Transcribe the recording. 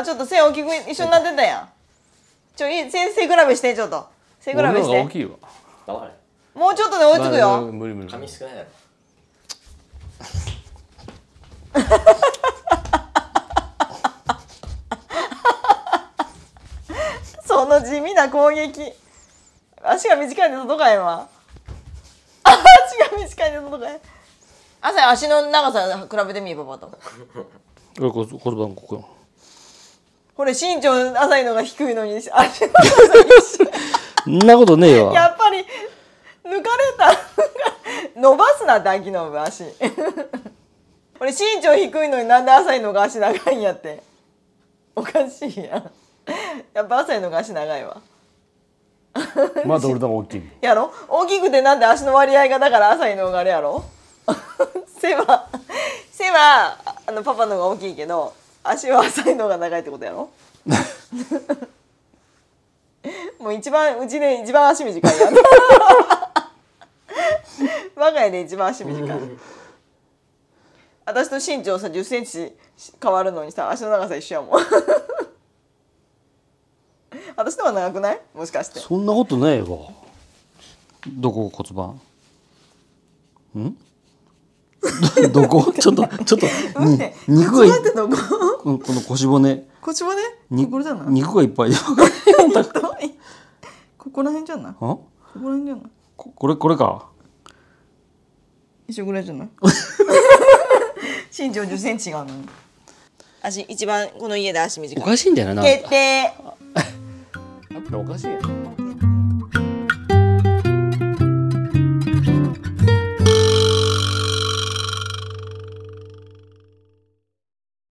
ちょっと背大きく一緒になってたやん。背比べしてちょっと。背比べして。 大きいわ。 黙れ。 もうちょっとで追いつくよ。 無理。 髪少ないだろ。 その地味な攻撃。足が短いんで届かへんわ。足が短いんで届かへん。朝足の長さ比べてみパパと。 これ骨盤ここ。 これ身長浅いのが低いのに足の長さ一緒。 そんなことねえわ。 やっぱり抜かれた。伸ばすなって秋の足。これ身長低いのになんで浅いのが足長いんやって。おかしいやん。やっぱ浅いのが足長いわ。 まだ俺の方が大きい。 やろ大きくてなんで足の割合がだから浅いのがあれやろ背はパパの方が大きいけど足は浅いのが長いってことやろもううちで一番足短いやん我が家で一番足短い私と身長さ10センチ変わるのにさ足の長さ一緒やもん私の方が長くないもしかしてそんなことないわ。どこ骨盤？ん？どこ？ちょっと肉がどこ？ この腰骨。 腰骨？これじゃない？ 肉がいっぱい。 ここら辺じゃない？ここら辺じゃない？ これか。 一緒ぐらいじゃない？身長10センチ違うのに。足一番この家で足短い。 おかしいんだよな。 決定。 やっぱりおかしいやん。